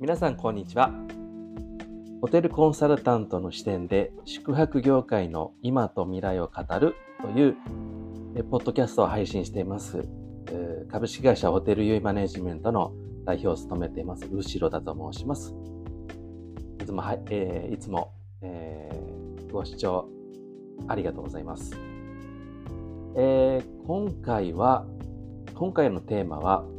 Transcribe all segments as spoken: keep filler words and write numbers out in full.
皆さんこんにちは。ホテルコンサルタントの視点で宿泊業界の今と未来を語るというポッドキャストを配信しています株式会社ホテルユーマネジメントの代表を務めています後ろだと申します。いつも、はいえー、いつも、えー、ご視聴ありがとうございます。えー、今回は今回のテーマは、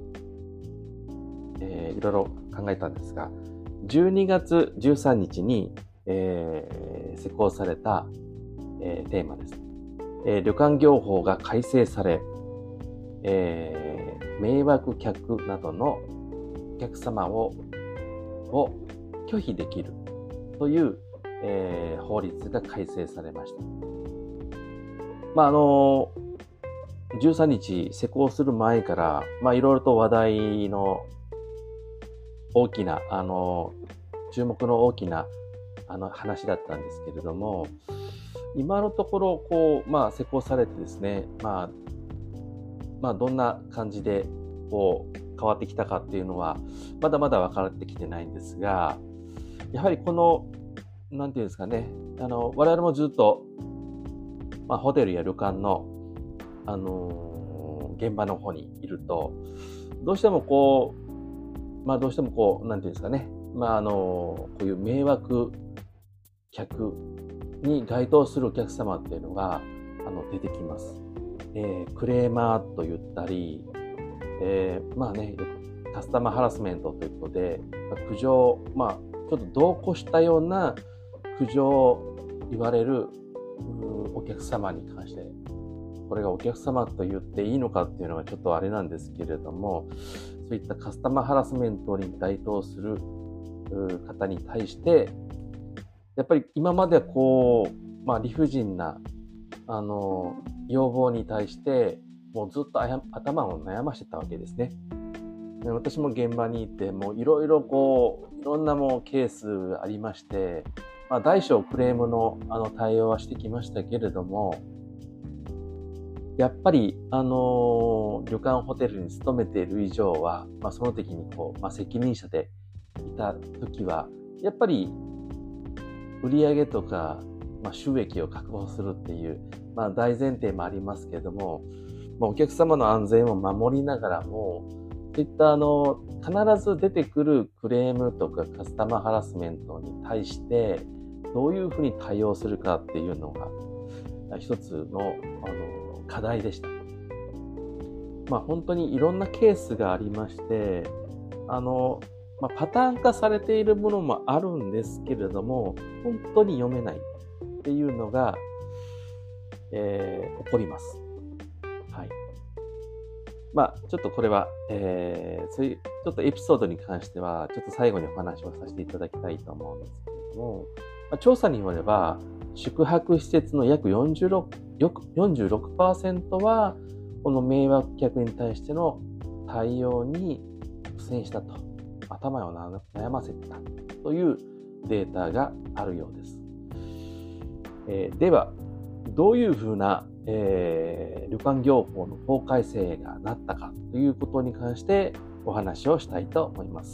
えー、いろいろ考えたんですが、じゅうにがつじゅうさんにちに、えー、施行された、えー、テーマです、えー。旅館業法が改正され、えー、迷惑客などのお客様をを拒否できるという、えー、法律が改正されました。まああのじゅうさんにち施行する前から、まあいろいろと話題の大きな、あの、注目の大きな、あの、話だったんですけれども、今のところ、こう、まあ、施行されてですね、まあ、まあ、どんな感じで、こう、変わってきたかっていうのは、まだまだ分かってきてないんですが、やはりこの、なんていうんですかね、あの、我々もずっと、まあ、ホテルや旅館の、あの、現場の方にいると、どうしてもこう、まあどうしてもこう、なんていうんですかね。まああの、こういう迷惑客に該当するお客様っていうのが、あの、出てきます。えー、クレーマーと言ったり、えー、まあね、カスタマーハラスメントということで、苦情、まあ、ちょっと度を越したような苦情を言われるお客様に関して、これがお客様と言っていいのかっていうのはちょっとあれなんですけれども、そういったカスタマーハラスメントに該当する方に対して、やっぱり今まではこう、まあ理不尽な、あの、要望に対して、もうずっと頭を悩ましてたわけですね。で私も現場にいて、もういろいろこう、いろんなもうケースありまして、まあ大小クレームのあの対応はしてきましたけれども、やっぱり、あのー、旅館ホテルに勤めている以上は、まあ、その時にこう、まあ、責任者でいた時は、やっぱり、売上とか、まあ、収益を確保するっていう、まあ、大前提もありますけれども、まあ、お客様の安全を守りながらも、そういった、あの、必ず出てくるクレームとかカスタマーハラスメントに対して、どういうふうに対応するかっていうのが、一つの、あの、課題でした。まあ本当にいろんなケースがありまして、あの、まあ、パターン化されているものもあるんですけれども、本当に読めないっていうのが、えー、起こります。はい。まあちょっとこれは、えー、そういうちょっとエピソードに関しては、ちょっと最後にお話をさせていただきたいと思うんですけれども、まあ、調査によれば、宿泊施設の約よんじゅうろく、よんじゅうろくパーセント は、この迷惑客に対しての対応に苦戦したと、頭を悩ませたというデータがあるようです。えー、では、どういうふうな、えー、旅館業法の法改正がなったかということに関してお話をしたいと思います。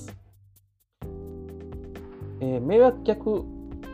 えー、迷惑客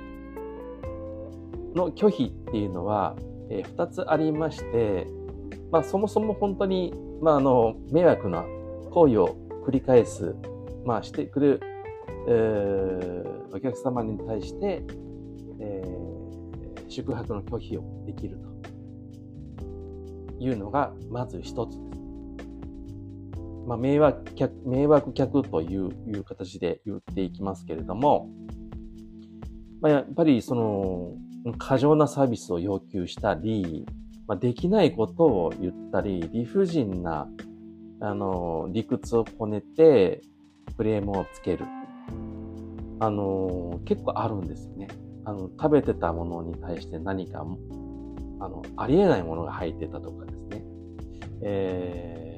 の拒否っていうのは、えー、ふたつありまして、まあそもそも本当に、まああの、迷惑な行為を繰り返す、まあしてくる、えー、お客様に対して、えー、宿泊の拒否をできるというのがまず一つです。まあ迷惑客、迷惑客という、いう形で言っていきますけれども、まあやっぱりその、過剰なサービスを要求したり、まあ、できないことを言ったり、理不尽な、あの、理屈をこねて、クレームをつける。あの、結構あるんですよね。あの、食べてたものに対して何か、あの、ありえないものが入ってたとかですね。え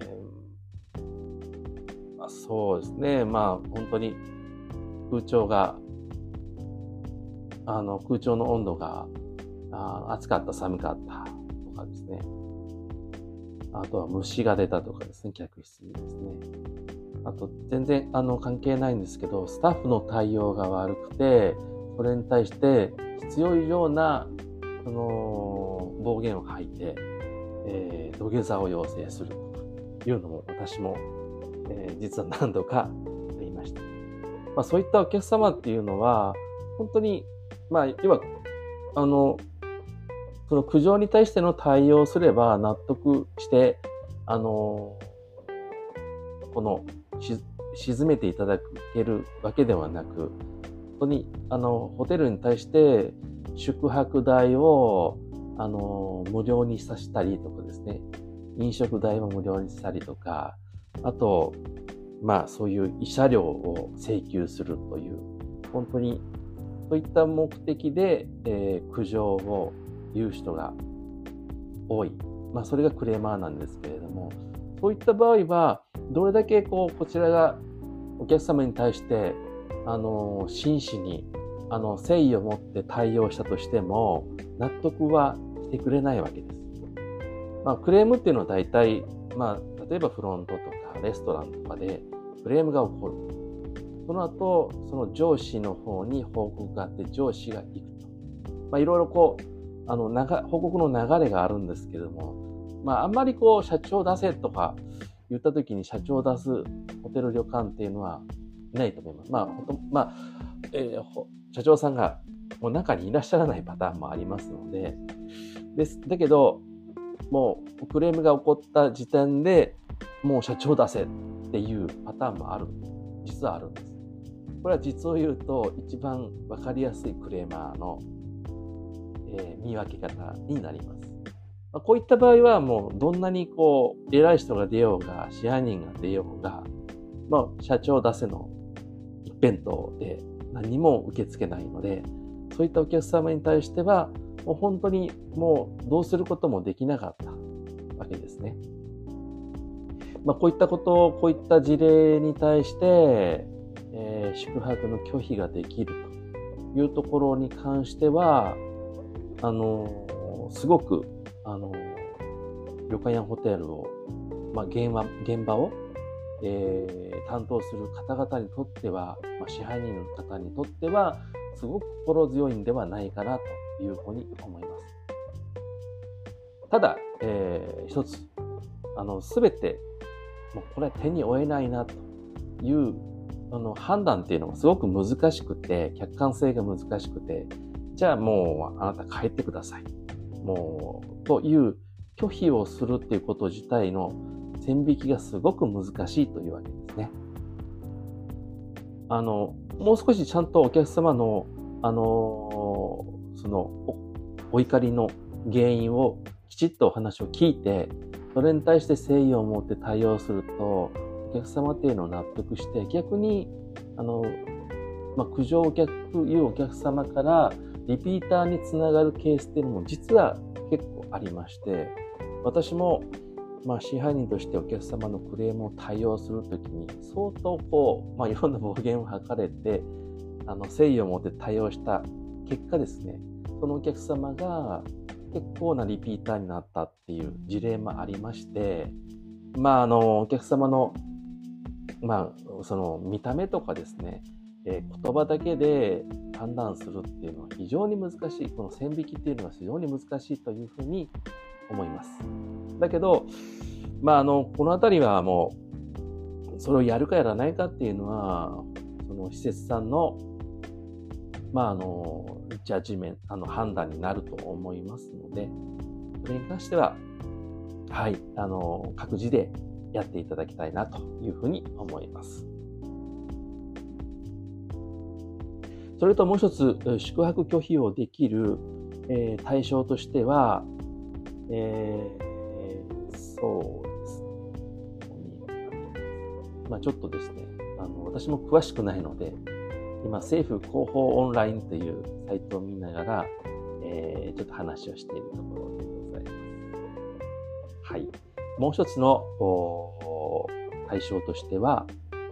ー、まあ、そうですね。まあ、本当に、空調が、あの、空調の温度があ暑かった、寒かったとかですね。あとは虫が出たとかですね、客室にですね。 あと全然あの関係ないんですけど、スタッフの対応が悪くて、それに対して必要以上なその暴言を吐いて、えー、土下座を要請するというのも私も、えー、実は何度かありました。まあ、そういったお客様っていうのは本当にまあ要はあのその苦情に対しての対応をすれば納得してあのこのし沈めていただけるわけではなく、本当にあのホテルに対して宿泊代をあの無料にさせたりとかですね、飲食代も無料にしたりとか、あとまあそういう慰謝料を請求するという、本当にそういった目的で、えー、苦情を言う人が多い。まあそれがクレーマーなんですけれども、そういった場合はどれだけこうこちらがお客様に対してあの真摯にあの誠意を持って対応したとしても納得はしてくれないわけです。まあ、クレームっていうのは大体、まあ、例えばフロントとかレストランとかでクレームが起こる。その後、その上司の方に報告があって上司が行くと。まあ、いろいろこう、あの、報告の流れがあるんですけれども、まあ、あんまりこう、社長出せとか言った時に社長を出すホテル旅館っていうのはいないと思います。まあ、ほとまあ、えー、社長さんがもう中にいらっしゃらないパターンもありますので、です。だけど、もうクレームが起こった時点でもう社長出せっていうパターンもある。実はあるんです。これは実を言うと一番わかりやすいクレーマーの、えー、見分け方になります。まあ、こういった場合はもうどんなにこう偉い人が出ようが支配人が出ようが、まあ、社長出せの一辺倒で何も受け付けないので、そういったお客様に対してはもう本当にもうどうすることもできなかったわけですね。まあ、こういったことを、こういった事例に対して、えー、宿泊の拒否ができるというところに関しては、あのー、すごく、あのー、旅館やホテルを、まあ、現場、現場を、えー、担当する方々にとっては、まあ、支配人の方にとっては、すごく心強いんではないかなというふうに思います。ただ、えー、一つ、あの、すべて、もうこれは手に負えないなというあの判断っていうのがすごく難しくて、客観性が難しくて、じゃあもうあなた帰ってください。もう、という拒否をするっていうこと自体の線引きがすごく難しいというわけですね。あの、もう少しちゃんとお客様の、あの、そのお、お怒りの原因をきちっとお話を聞いて、それに対して誠意を持って対応すると、お客様っていうのを納得して、逆に、あの、まあ、苦情お客、いうお客様からリピーターにつながるケースっていうのも実は結構ありまして、私も、まあ、支配人としてお客様のクレームを対応するときに、相当こう、まあ、いろんな暴言を吐かれて、あの、誠意を持って対応した結果ですね、そのお客様が、結構なリピーターになったっていう事例もありまして、まあ、あの、お客様の、まあ、その見た目とかですね、えー、言葉だけで判断するっていうのは非常に難しい、この線引きっていうのは非常に難しいというふうに思います。だけど、まあ、あの、このあたりはもう、それをやるかやらないかっていうのは、その施設さんのまあ、あの、ジャッジメント、あの、判断になると思いますので、それに関しては、はい、あの、各自でやっていただきたいなというふうに思います。それともう一つ、宿泊拒否をできる、えー、対象としては、えー、そうですね。まあ、ちょっとですね、あの、私も詳しくないので、今、政府広報オンラインというサイトを見ながら、えー、ちょっと話をしているところでございます。はい。もう一つの対象としては、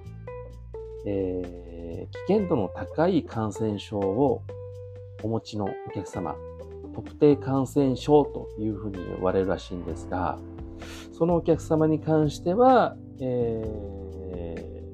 えー、危険度の高い感染症をお持ちのお客様、特定感染症というふうに呼ばれるらしいんですが、そのお客様に関しては、え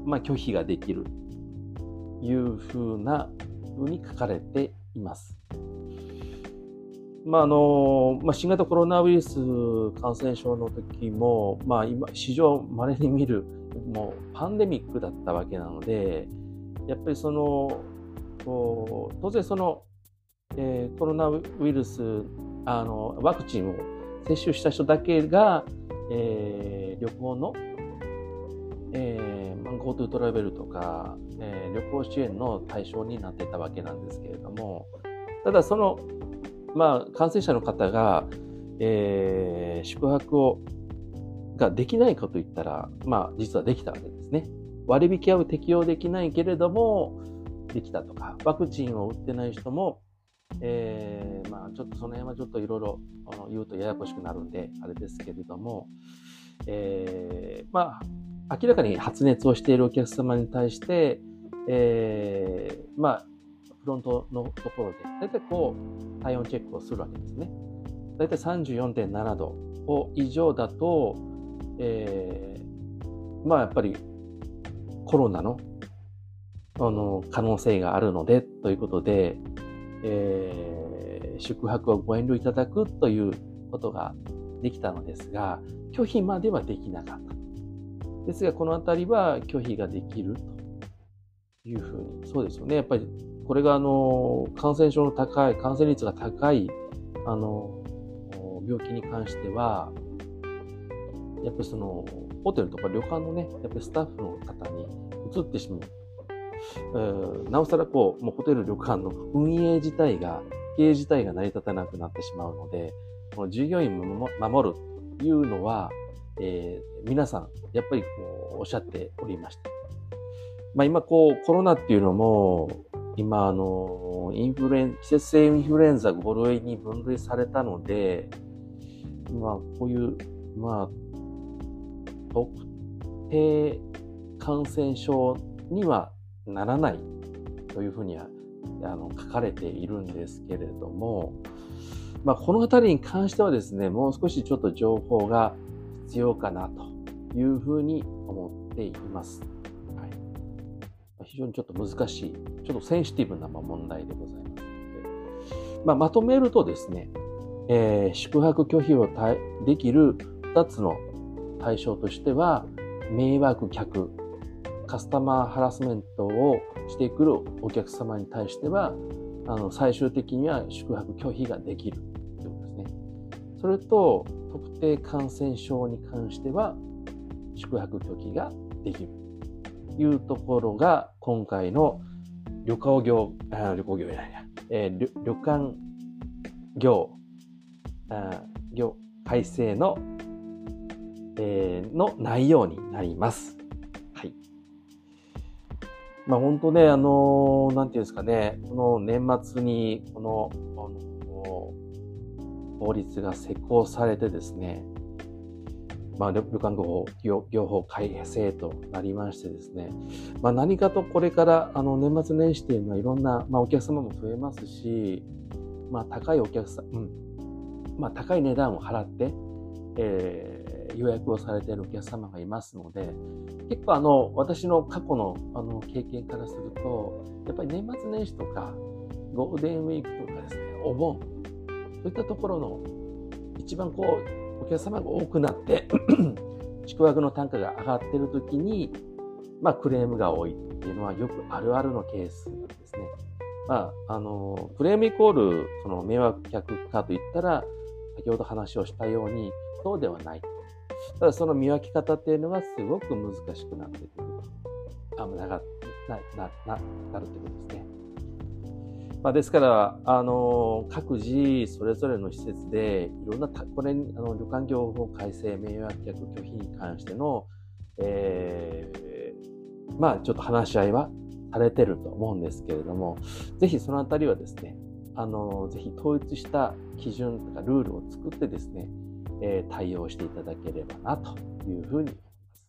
まあ、拒否ができるというふうなふうに書かれています。まああのまあ、新型コロナウイルス感染症の時も、まあ、今史上稀に見るもうパンデミックだったわけなので、やっぱりそのこう当然その、えー、コロナウイルスあのワクチンを接種した人だけが、えー、旅行の、えー、GoTo トラベルとか、えー、旅行支援の対象になっていたわけなんですけれども、ただそのまあ、感染者の方が、えー、宿泊をができないかといったら、まあ、実はできたわけですね。割引は適用できないけれども、できたとか、ワクチンを打ってない人も、えー、まあ、ちょっとその辺はちょっといろいろ言うとややこしくなるんで、あれですけれども、えー、まあ、明らかに発熱をしているお客様に対して、えー、まあ、フロントのところで、だいたいこう、体温チェックをするわけですね。だいたい さんじゅうよんてんなな 度以上だと、えー、まあやっぱりコロナの、あの可能性があるので、ということで、えー、宿泊をご遠慮いただくということができたのですが、拒否まではできなかった。ですが、このあたりは拒否ができるというふうに、そうですよね。やっぱりこれがあの感染症の高い、感染率が高いあの病気に関しては、やっぱりそのホテルとか旅館のね、やっぱりスタッフの方に移ってしまう。えー、なおさらこう、もうホテル旅館の運営自体が、経営自体が成り立たなくなってしまうので、この従業員を守るというのは、えー、皆さんやっぱりこうおっしゃっておりました。まあ今こうコロナっていうのも今あのインフルエン季節性インフルエンザご類に分類されたので、まあこういうまあ特定感染症にはならないというふうにはあの書かれているんですけれども、まあこのあたりに関してはですね、もう少しちょっと情報が必要かなというふうに思っています。非常にちょっと難しい、ちょっとセンシティブな問題でございますので、まあ、まとめるとですね、えー、宿泊拒否をできるふたつの対象としては、迷惑客、カスタマーハラスメントをしてくるお客様に対しては、あの最終的には宿泊拒否ができるということですね。それと、特定感染症に関しては、宿泊拒否ができる。いうところが今回の旅行業、あ旅行業じゃないや、えー、旅, 旅館業あ業改正の、えー、の内容になります。はい。まあ本当ね、あのー、なんていうんですかね、この年末にこの、あのー、法律が施行されてですね、まあ、旅館業法、業法改正となりましてですね、まあ、何かとこれからあの年末年始というのはいろんな、まあ、お客様も増えますし、まあ、高いお客さん、うんまあ、高い値段を払って、えー、予約をされているお客様がいますので、結構あの私の過去のあの経験からすると、やっぱり年末年始とかゴールデンウィークとかですね、お盆、そういったところの一番こうお客様が多くなって宿泊の単価が上がっているときに、まあ、クレームが多いっていうのはよくあるあるのケースなんですね。まあ、あのクレームイコールその迷惑客かといったら、先ほど話をしたようにそうではない。ただその見分け方っていうのがすごく難しくなってくると、あ、ながななななるということですね。まあ、ですから、あの、各自それぞれの施設でいろんな、これ、あの旅館業法改正迷惑客拒否に関しての、えー、まあちょっと話し合いはされてると思うんですけれども、ぜひそのあたりはですね、あの、ぜひ統一した基準とかルールを作ってですね、えー、対応していただければなというふうに思います。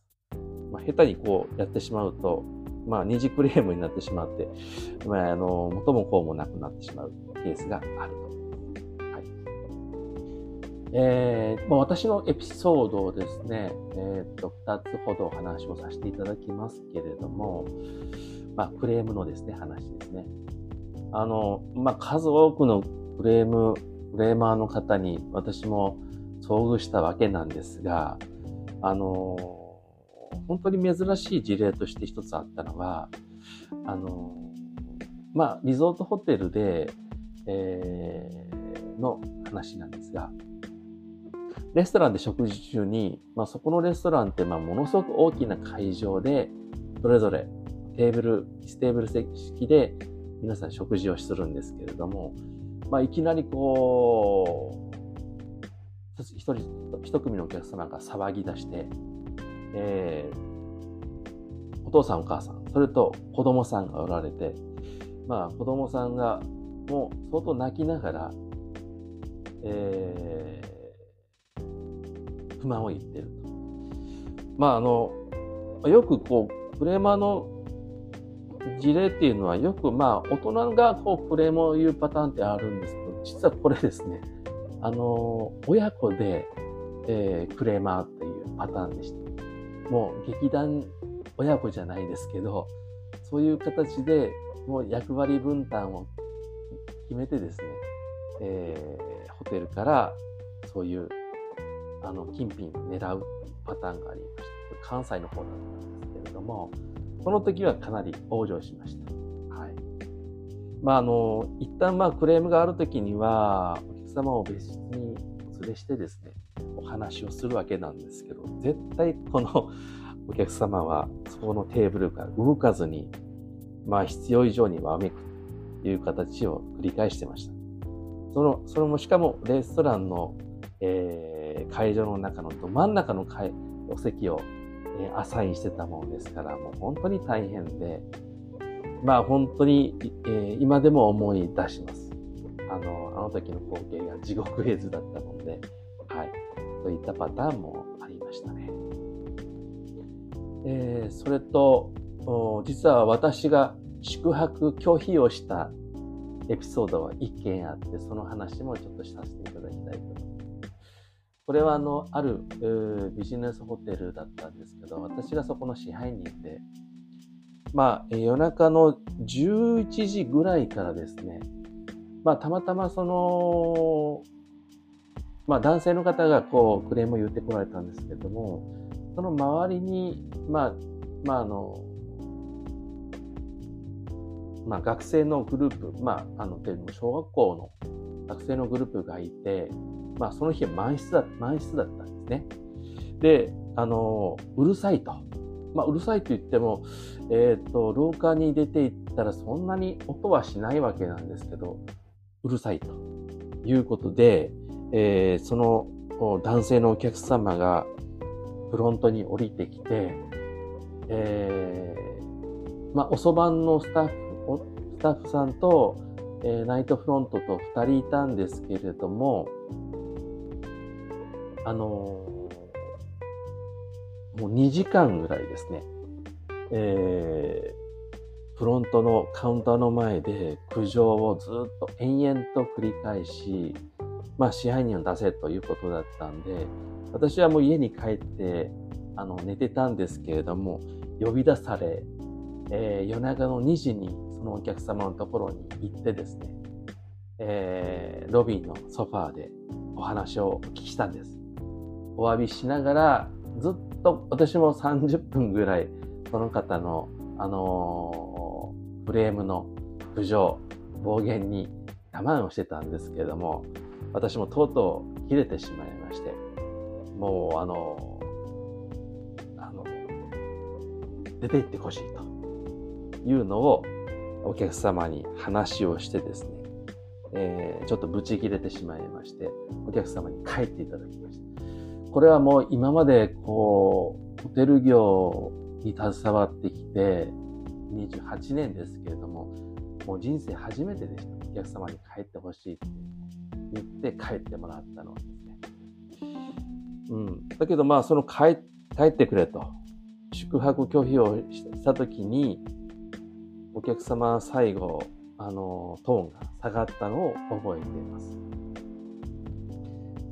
まあ、下手にこうやってしまうと、まあ、二次クレームになってしまって、まあ、あの、元もこうもなくなってしまうケースがあると。はい。 えーまあ、私のエピソードをですね、えー、とふたつほどお話をさせていただきますけれども、まあ、クレームのですね、話ですね。あの、まあ、数多くのクレーム、クレーマーの方に私も遭遇したわけなんですが、あの、本当に珍しい事例として一つあったのは、あの、まあ、リゾートホテルで、えー、の話なんですが、レストランで食事中に、まあ、そこのレストランって、まあ、ものすごく大きな会場で、それぞれテーブル、テーブル席式で皆さん食事をするんですけれども、まあ、いきなりこう、一人、一組のお客様が騒ぎ出して、えー、お父さんお母さん、それと子供さんがおられて、まあ、子供さんがもう相当泣きながら、えー不満を言っていると。まああの、よくこう、クレーマーの事例っていうのはよくまあ大人がこうクレームを言うパターンってあるんですけど、実はこれですね、あの、親子で、えー、クレーマーっていうパターンでした。もう劇団親子じゃないですけど、そういう形でもう役割分担を決めてですね、えー、ホテルからそういうあの金品狙うパターンがありました。これ関西の方だったんですけれども、その時はかなり往生しました。はい。まああの一旦まあクレームがある時にはお客様を別室にお連れしてですね、お話をするわけなんですけど、絶対このお客様はそこのテーブルから動かずに、まあ必要以上にわめくという形を繰り返してました。そのそれもしかもレストランのえー、会場の中のど真ん中のお席を、えー、アサインしてたものですから、もう本当に大変で、まあ本当に、えー、今でも思い出します。あの、あの時の光景が地獄絵図だったので、はい。そういったパターンもありましたね。えー、それと、実は私が宿泊拒否をしたエピソードは一件あって、その話もちょっとさせていただきたいと思います。これはあの、あるビジネスホテルだったんですけど、私がそこの支配人で、まあ、夜中のじゅういちじぐらいからですね、まあ、たまたまその、まあ、男性の方がこう、クレームを言ってこられたんですけども、その周りに、まあ、まあ、あの、まあ、学生のグループ、まあ、あの、というのも小学校の学生のグループがいて、まあ、その日は満室だ、満室だったんですね。で、あの、うるさいと。まあ、うるさいと言っても、えっと、廊下に出て行ったらそんなに音はしないわけなんですけど、うるさいということで、えー、その男性のお客様がフロントに降りてきて、えー、まあ、遅番のスタッフ、スタッフさんと、えー、ナイトフロントとふたりいたんですけれども、あのー、もうにじかんぐらいですね、えー、フロントのカウンターの前で苦情をずっと延々と繰り返し、まあ支配人を出せということだったんで、私はもう家に帰って、あの、寝てたんですけれども、呼び出され、えー、夜中のにじにそのお客様のところに行ってですね、えー、ロビーのソファーでお話をお聞きしたんです。お詫びしながら、ずっと私もさんじゅっぷんぐらい、その方の、あのー、フレームの苦情、暴言に我慢をしてたんですけれども、私もとうとう切れてしまいまして、もうあのー、あの、出て行ってほしいというのをお客様に話をしてですね、えー、ちょっとブチ切れてしまいまして、お客様に帰っていただきました。これはもう今までこう、ホテル業に携わってきてにじゅうはちねんですけれども、もう人生初めてでした。お客様に帰ってほしいって言って帰ってもらったのですね。うん。だけどまあその帰、帰ってくれと、宿泊拒否をしたときに、お客様は最後、あの、トーンが下がったのを覚えています。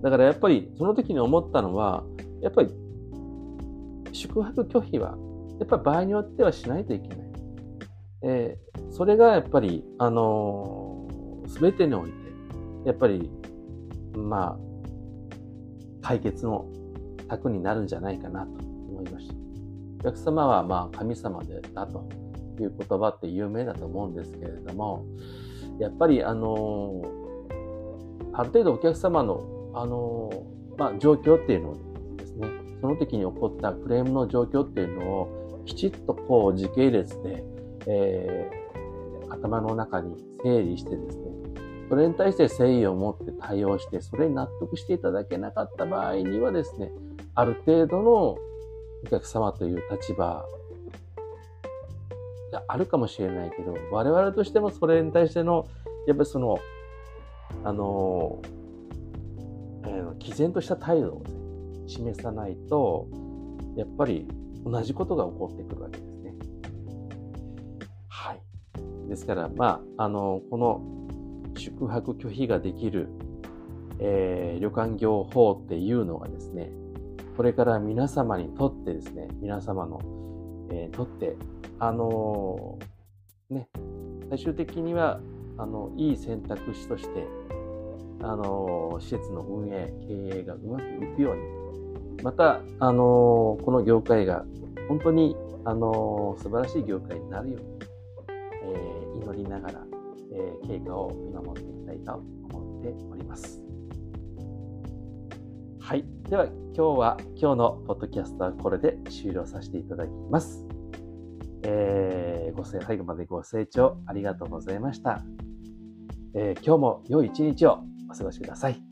だからやっぱりその時に思ったのは、やっぱり宿泊拒否はやっぱり場合によってはしないといけない。えー、それがやっぱりあのー、全てにおいてやっぱりまあ解決の策になるんじゃないかなと思いました。お客様はまあ神様でだという言葉って有名だと思うんですけれども、やっぱりあのある程度お客様のあのまあ状況っていうのをですね、その時に起こったクレームの状況っていうのをきちっとこう時系列で、えー、頭の中に整理してですね、それに対して誠意を持って対応して、それに納得していただけなかった場合にはですね、ある程度のお客様という立場があるかもしれないけど、我々としてもそれに対しての、やっぱりその、あの、えー、毅然とした態度を、ね、示さないと、やっぱり同じことが起こってくるわけですね。はい。ですから、まあ、あの、この宿泊拒否ができる、えー、旅館業法っていうのがですね、これから皆様にとってですね、皆様の、えー、とって、あのー、ね、最終的には、あの、いい選択肢として、あのー、施設の運営、経営がうまくいくように、また、あのー、この業界が本当に、あのー、素晴らしい業界になるように、えー、祈りながら、えー、経過を見守っていきたいと思っております。はい。では、今日は、今日のポッドキャストはこれで終了させていただきます。えー、ご清最後までご清聴ありがとうございました。えー、今日も良い一日をお過ごしください。